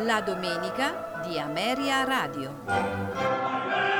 La domenica di Ameria Radio.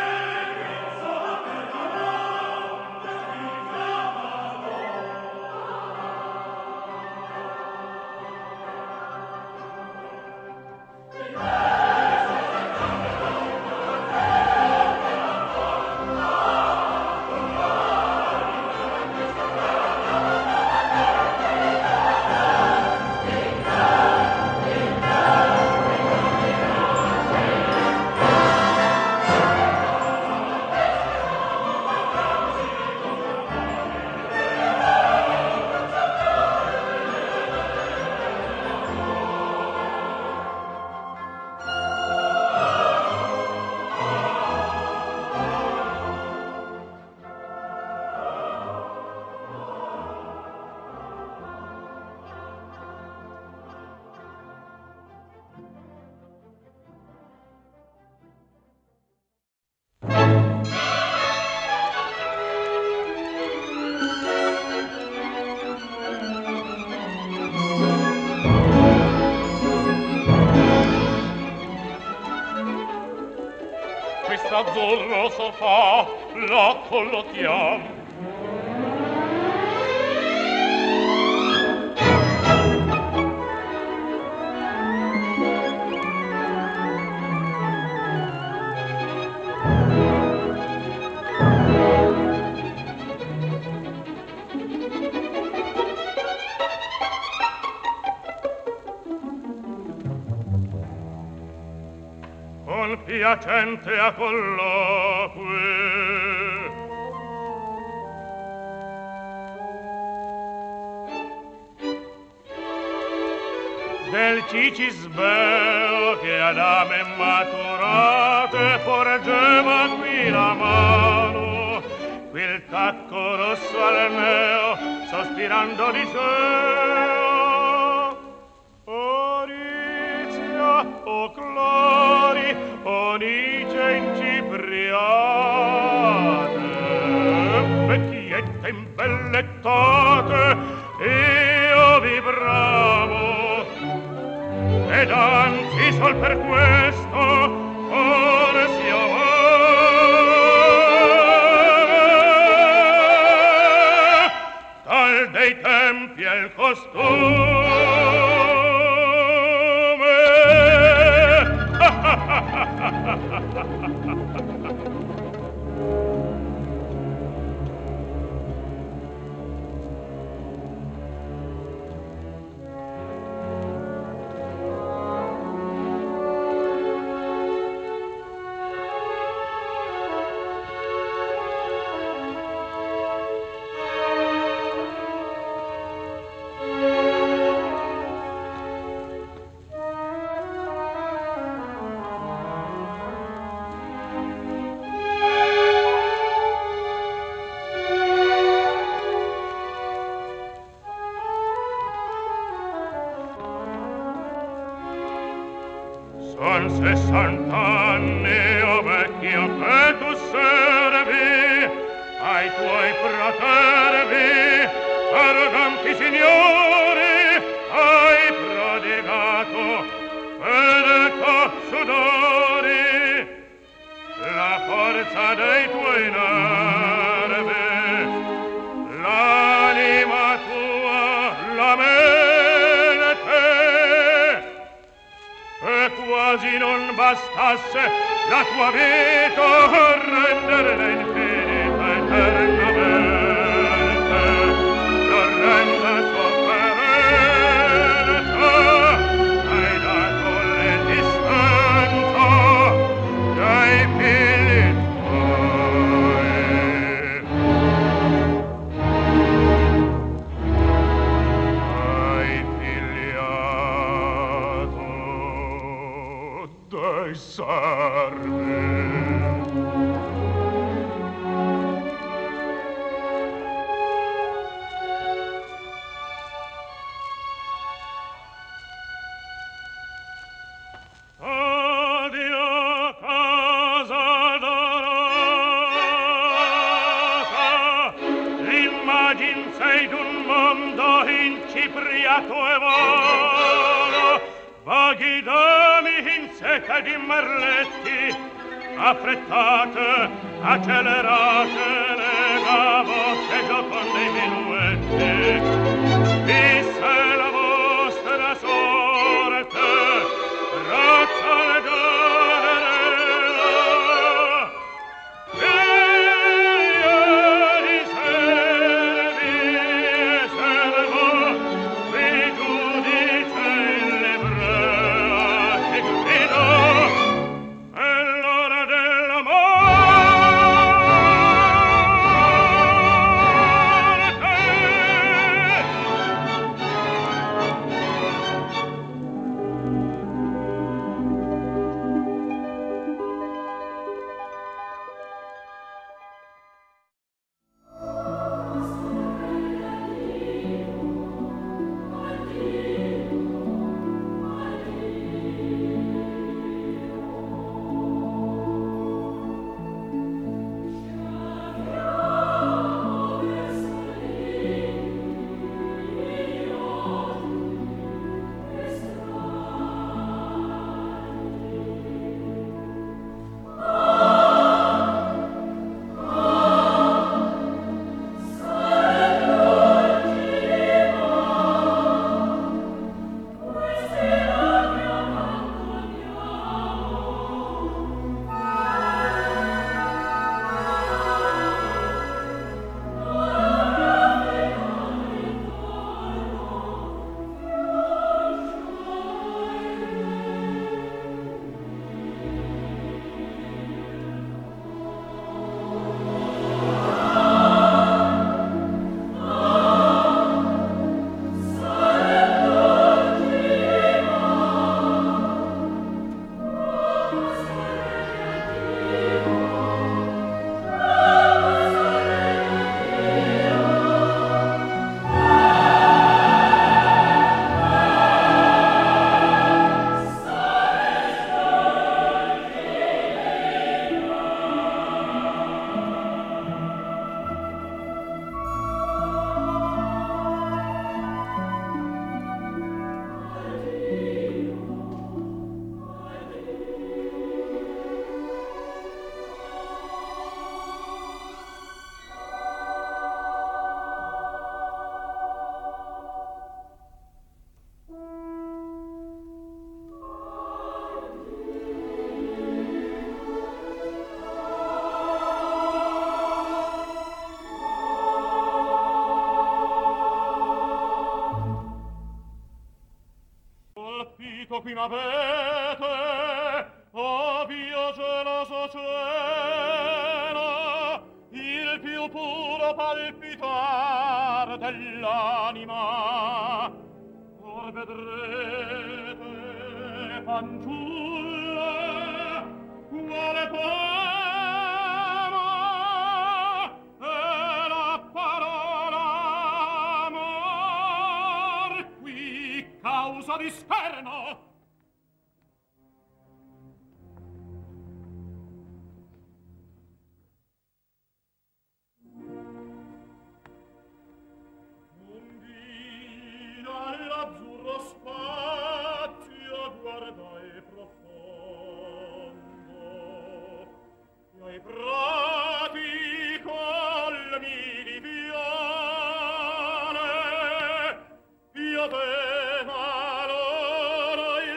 Azzurro sofà la collochiam. Piacente a colloqui del Cicisbeo che ad ame maturate porgeva qui la mano, qui il tacco rosso al neo sospirando di sé. Orizia o Clori Onice incipriate, vecchiette imbellettate, io vi bramo, ed anzi sol per questo ora si tal dei tempi è il costume. Son 60 anni, o vecchio, che tu servi ai tuoi fratervi, arroganti signori, hai prodigato fedeltà sudori, la forza dei tuoi nervi, l'anima tua, la mente, e quasi non bastasse la tua vita a renderla infinita eternamente, l'orrenda sofferenza hai dato l'esistenza dai figli tuoi, hai figliato dai servi. Cipriato e volo, vaghi dami seta di merletti, affrettate, accelerate le gavotte gioconde i minuetti. Visse la vostra sorte, razza leggera, figlia di servi e servo, qui giudice il lebrea che grido, è l'ora della qui m'avete, oh Dio geloso cielo, il più puro palpitar dell'anima. Or vedrete, fanciulla, quale poema è la parola amor, qui causa di scherno. All'azzurro spazio guardai profondo, e ai prati colmi di viole pioveva l'oro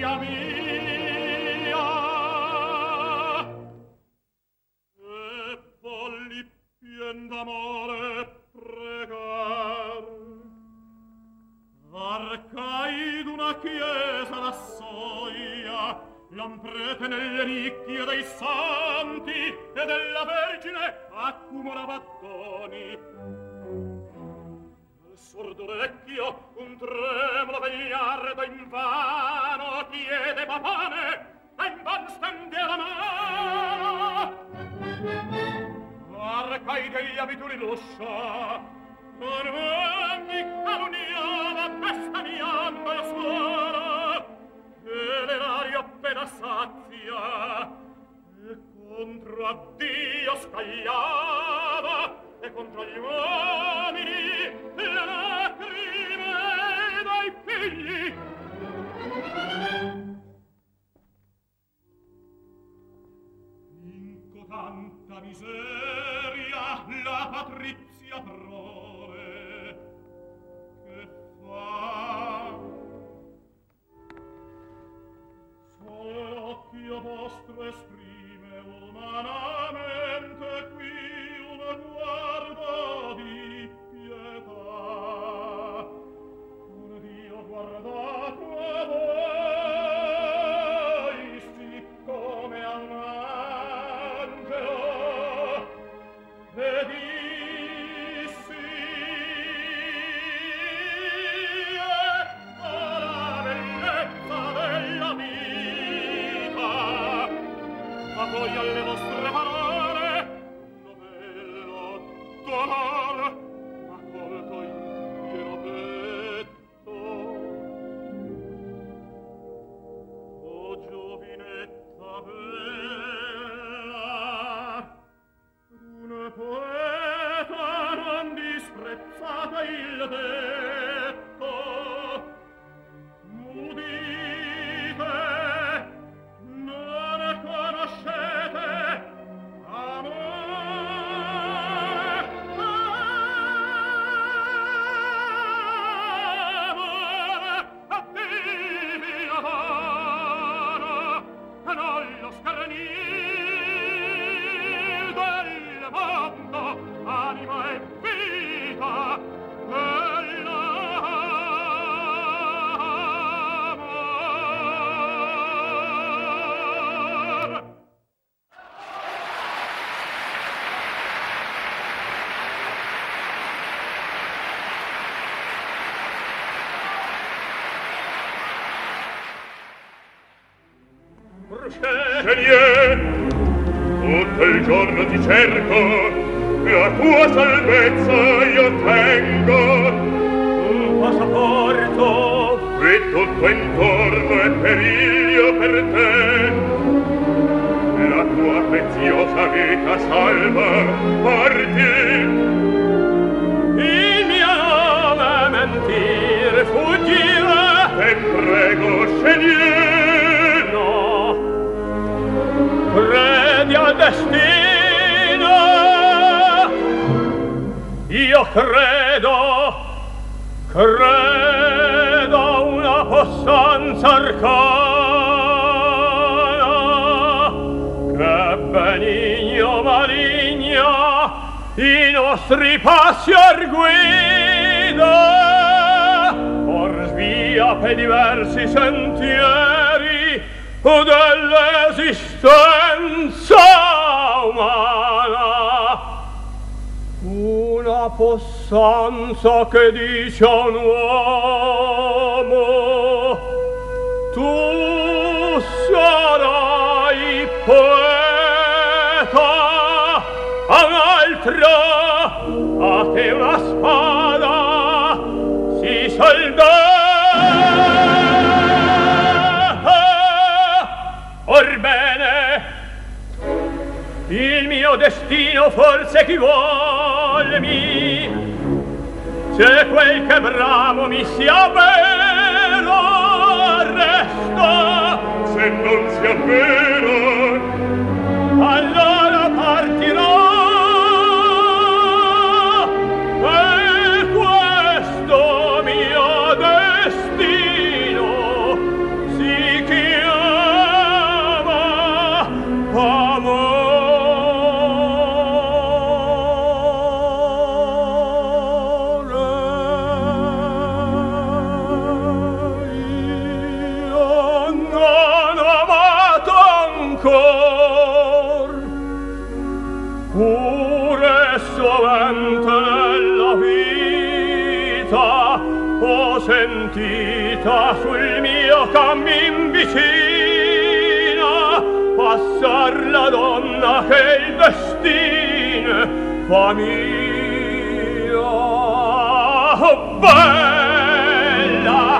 figlia mia, e volli pien d'amore pregar. Arcai d'una chiesa la soglia, lamprete nelle nicchie dei santi e della Vergine accumula battoni. Nel sordo orecchio un tremulo vegliardo invano chiede papane e invan stende la mano. Arcai degli abituri l'uscia, con ogni calunniava pestagnando la suora, e l'erario appena sazia, e contro a Dio scagliava, e contro gli uomini le lacrime dai figli. In cotanta miseria la patrizia prole, che fa? Solo l'occhio vostro esprime umanamente qui un guardo di pietà, un Dio guardato a voi siccome a un angelo, e dissi la bellezza della vita, ma poi alle vostre parole novello dolor m'ha colto in pieno petto. O giovinetta bella, d'un poeta non disprezzate il detto, udite, non conoscete amore, amore, addivinatore, non lo schernir del mondo, anima e vita, dell'amor. Chenier, tutto il giorno ti cerco, la tua salvezza io tengo. Un passaporto, Qui tutto intorno è periglio per te. La tua preziosa vita salva, parti. il mio nome mentir, fuggire, Te prego, Chenier. no, credi al destino, io credo a una possanza arcana, che benigno maligno i nostri passi arguida, or svia per diversi sentieri dell'esistenza umana. Una possanza che dice a un uomo: tu sarai poeta, a un altro: a te una spada si salda. Orbene, il mio destino forse chi vuolmi, se quel che bramo mi sia vero, resta. Se non sia vero, allora partirò, e questo mio destino sì che cammin vicina passar la donna che il destino fa mia. Oh, bella,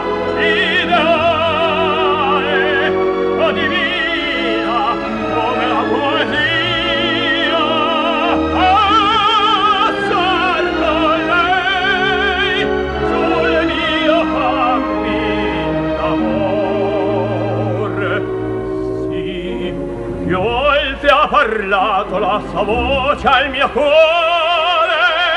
ideale, oh, divina come la poesia, passar con lei sul mio cammin d'amor. Sì, che oltre ha parlato la sua voce al mio cuore,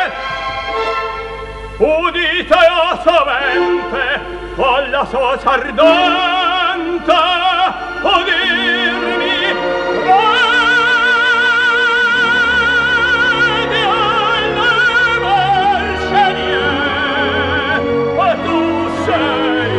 udita io sovente con la sua ardente udirmi vedi alle volsce mie, o tu sei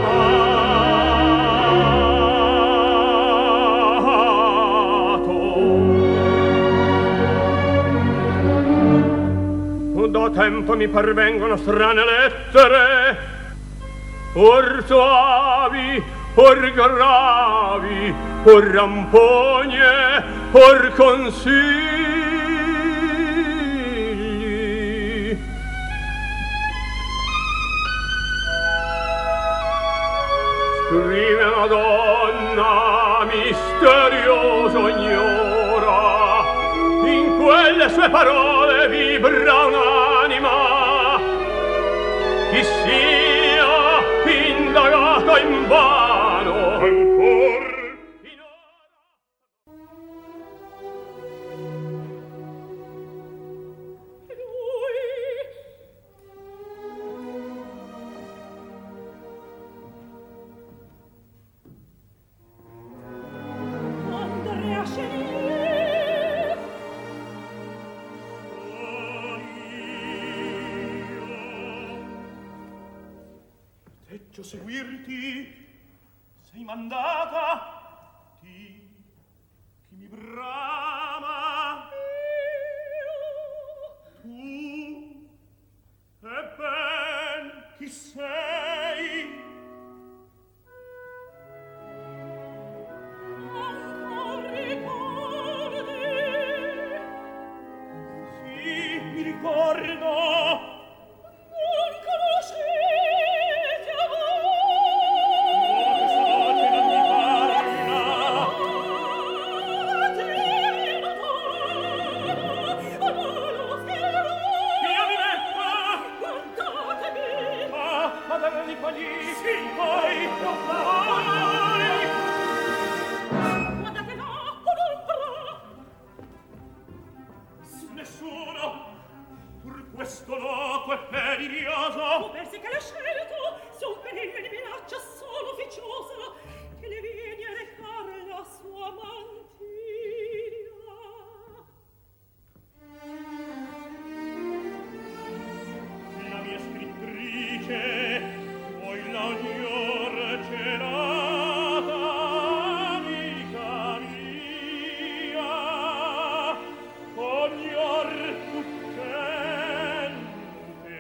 amato. Da tempo mi pervengono strane lettere, or soavi, or gravi, or rampogne, or consigli. Scrive una donna misteriosa ignora, in quelle sue parole vibra un'anima, chi sia indagato invano ancor finora. Andrea Chenier Deggio seguirti, sei mandata, ti, chi mi brama. Tu, e ben chi sei? ancor ricordi? Sì, mi ricordo. Non conoscete Questa notte non mi parla. Io mi metto. Madonna di Pagli, sì, poi, poi. Guardate là, un'ombra! Nessuno, pur questo loco e periglioso. Può versi che l'ha scelto, son perigli di minaccia solo ufficiosa, che le vieni a recare la sua mantia. La mia scrittrice, voi la ognor celata, amica mia, ognor puccente.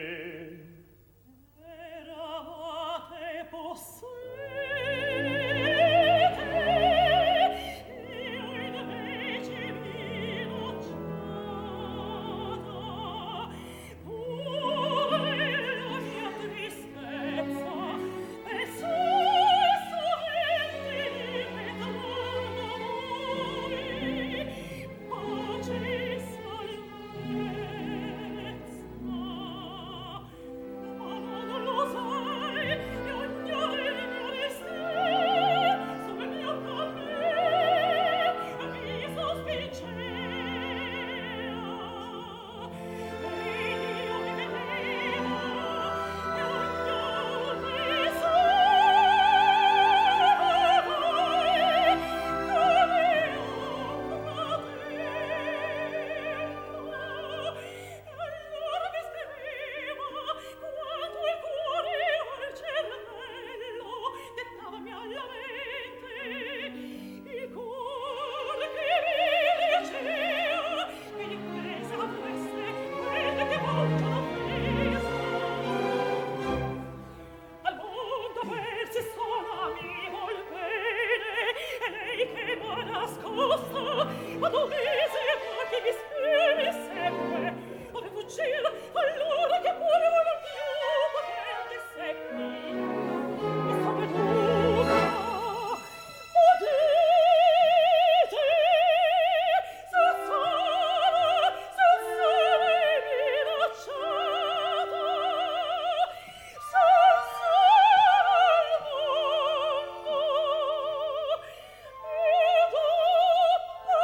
Eravate mi vuol bene, e lei che va nascosta, ma dove si va che mi speri sempre? Ove fuggir, allora che pure non più potente segni. Mi sto veduta, o dite, se sono minacciata, senza al mondo, ed ho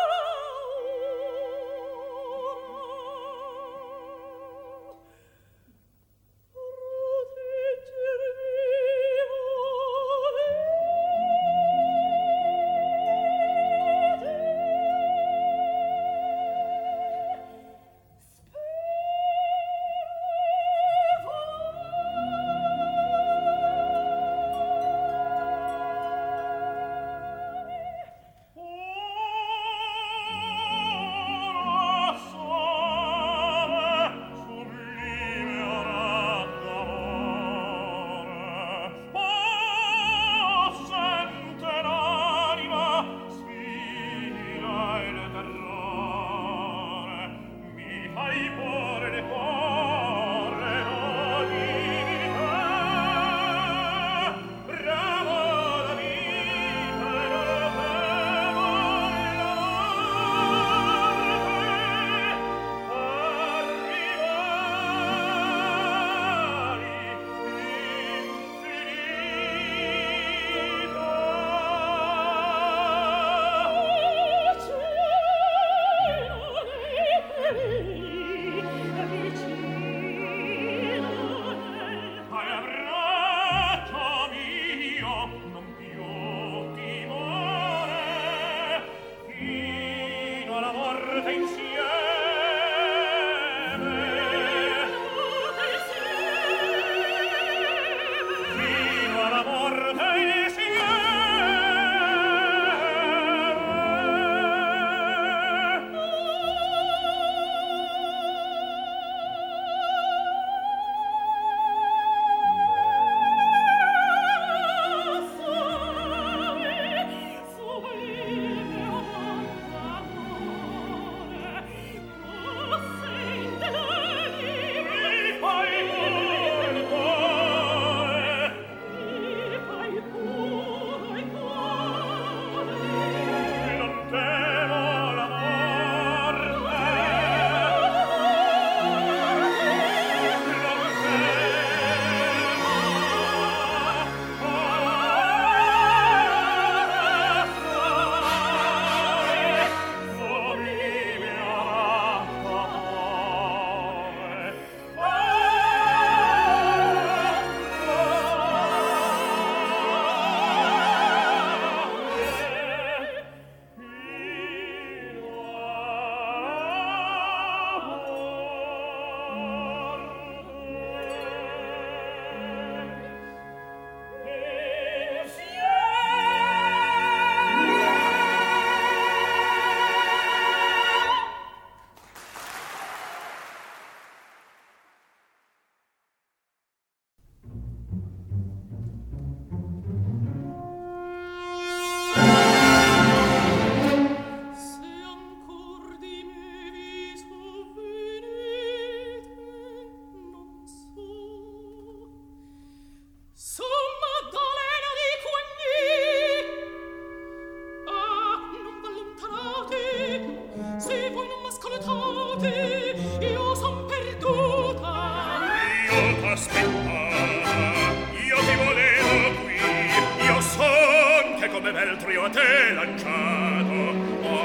Trio a te lanciato,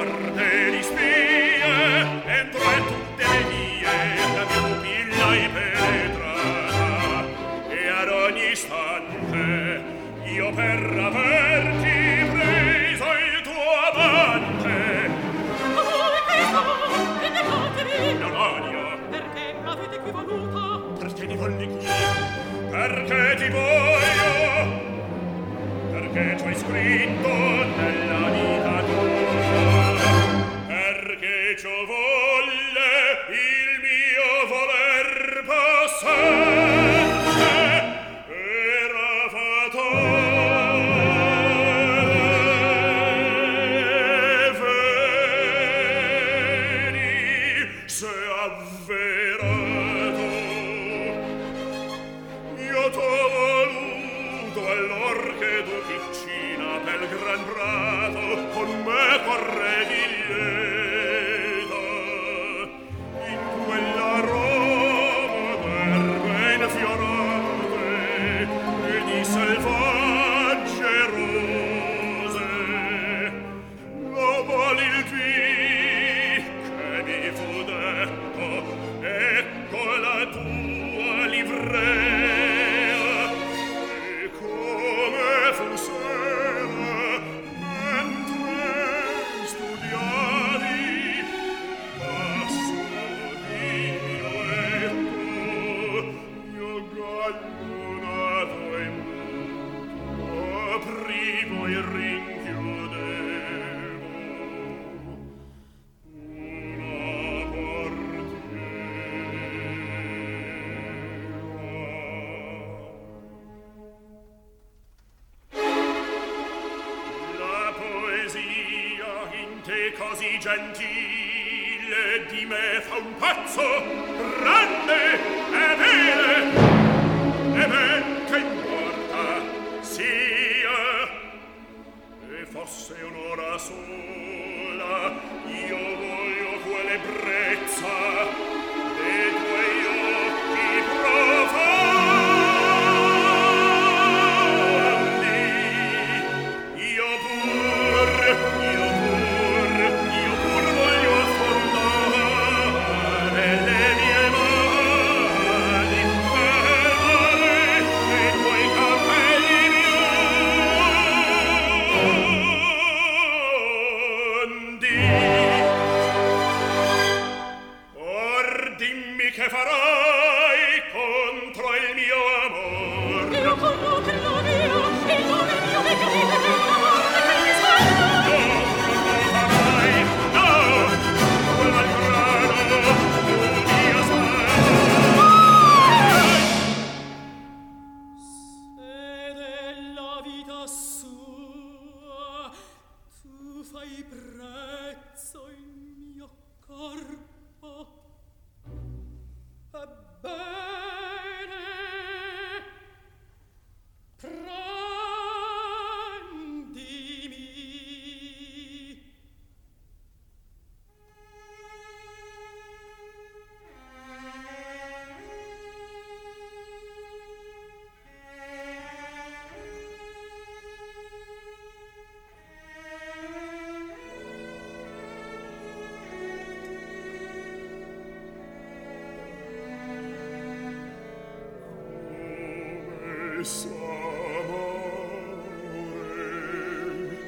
orde di spie, entro e tutte le vie, la mia pupilla hai penetrata, e ad ogni istante, io per averti preso il tuo amante. Ma voi questo, vendicatevi! Non odio. Perché m'avete qui voluta? Perché ti volli qui? Perché ti voglio? Perché c'hai scritto nella vita tua, perché c'ho volle il mio voler passare era fatale. nel gran prato con me correvi lieta in quella Roma d'erbe infiorate e di selvagge rose lo vol il dì che mi fu detto ecco la tua livrea e come fu sera mentre studiavi passo di mio letto io gallonato e muto aprivo e rinchiudevo una la poesia in te così gentile di me fa un pazzo grande e vile e ben che importa sia e fosse un'ora sola io voglio quell'ebbrezza dei tuoi occhi profondi io pur voglio affondare le mie mani e i tuoi capelli biondi. Or dimmi che farai contro il mio amor. Io collocherò via il nome mio e capite che la morte che mi spetta. No, non farai, no, quel malgrado tu mi aspetti. Se della vita sua tu fai prezzo il mio corpo, ebbene prendimi. S'amore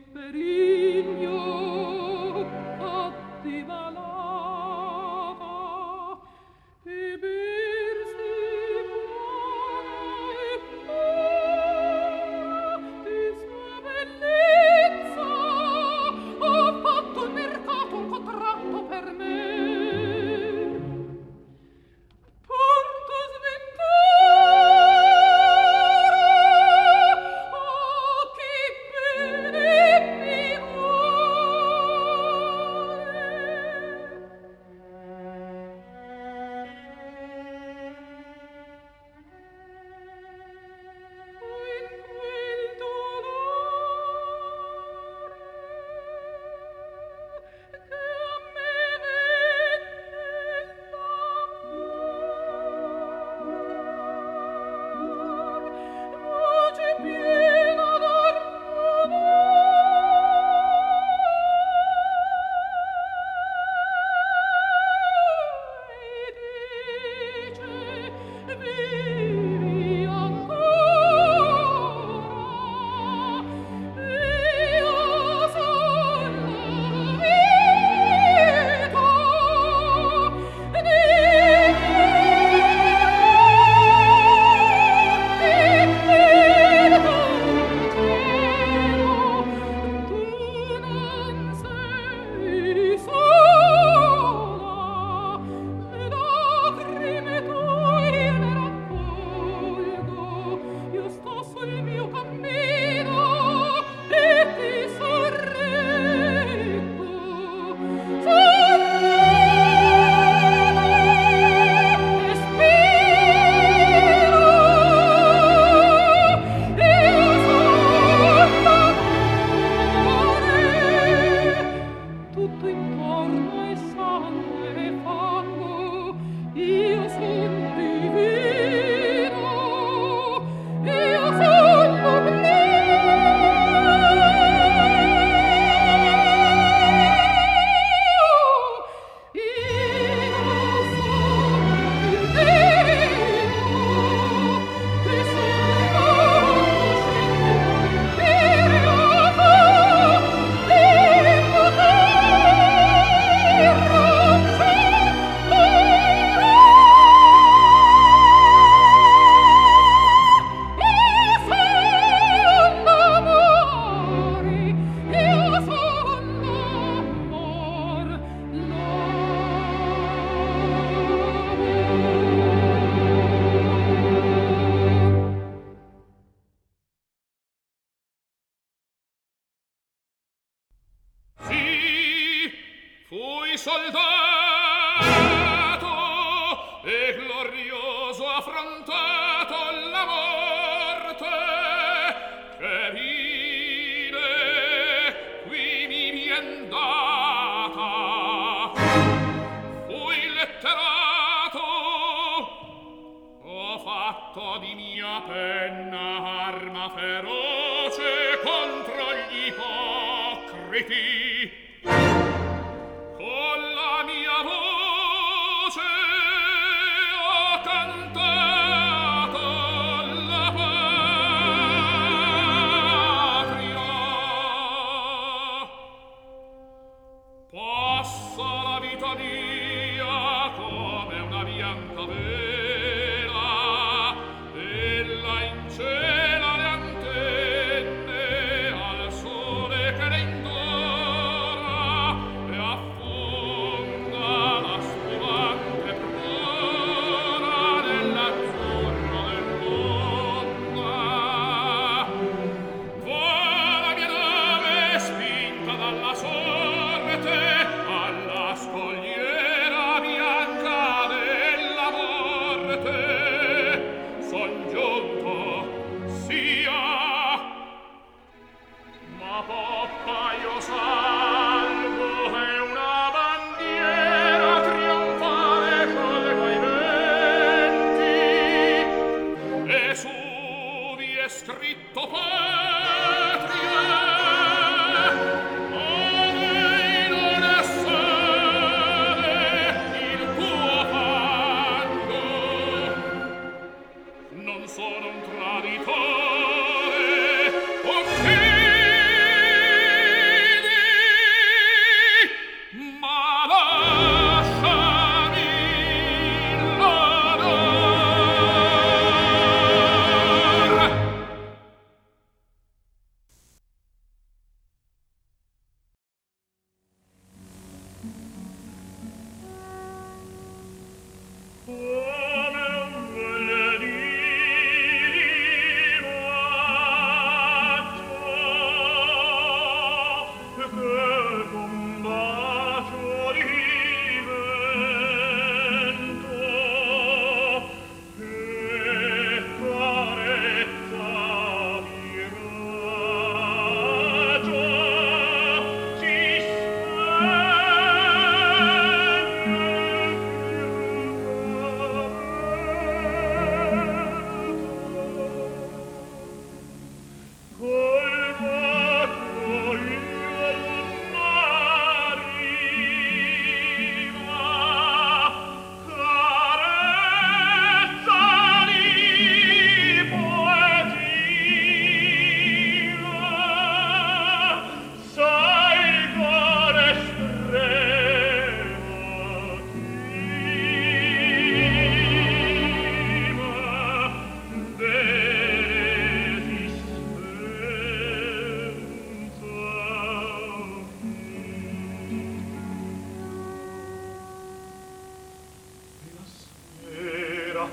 sono un traditore, ok?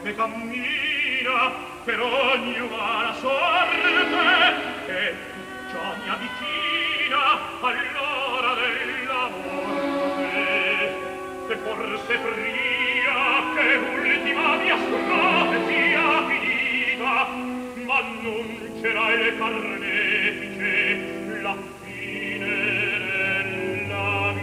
che cammina per ogni umana sorte e già mi avvicina all'ora della morte e forse pria che l'ultima mia strofe sia finita ma non c'era il carnefice la fine della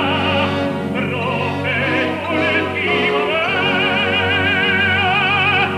vita.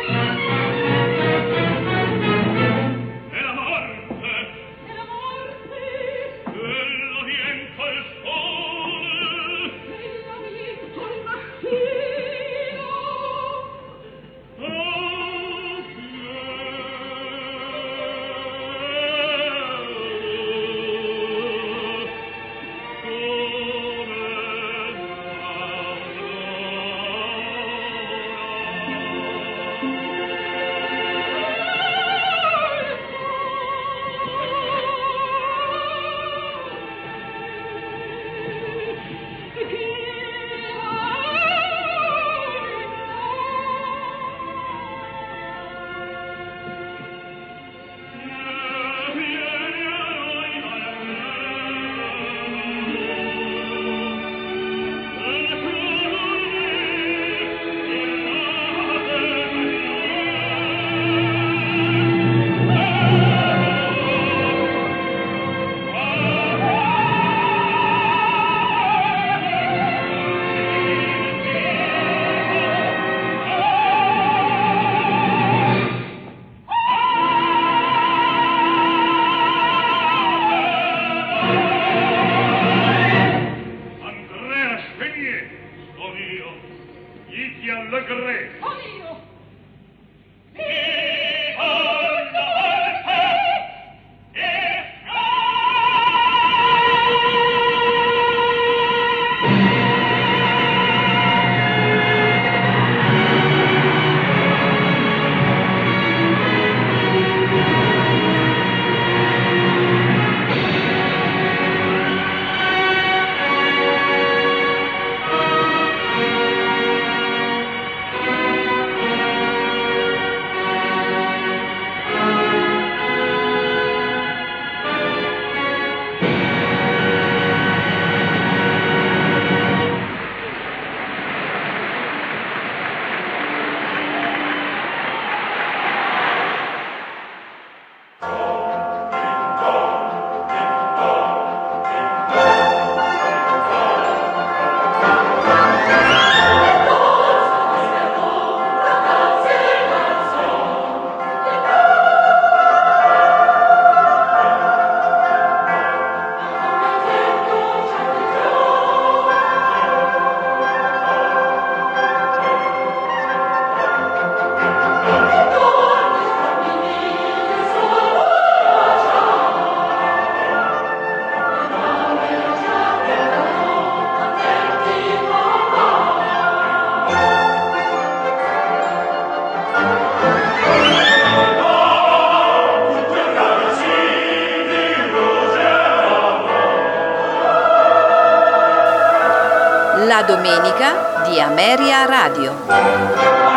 La domenica di Ameria Radio.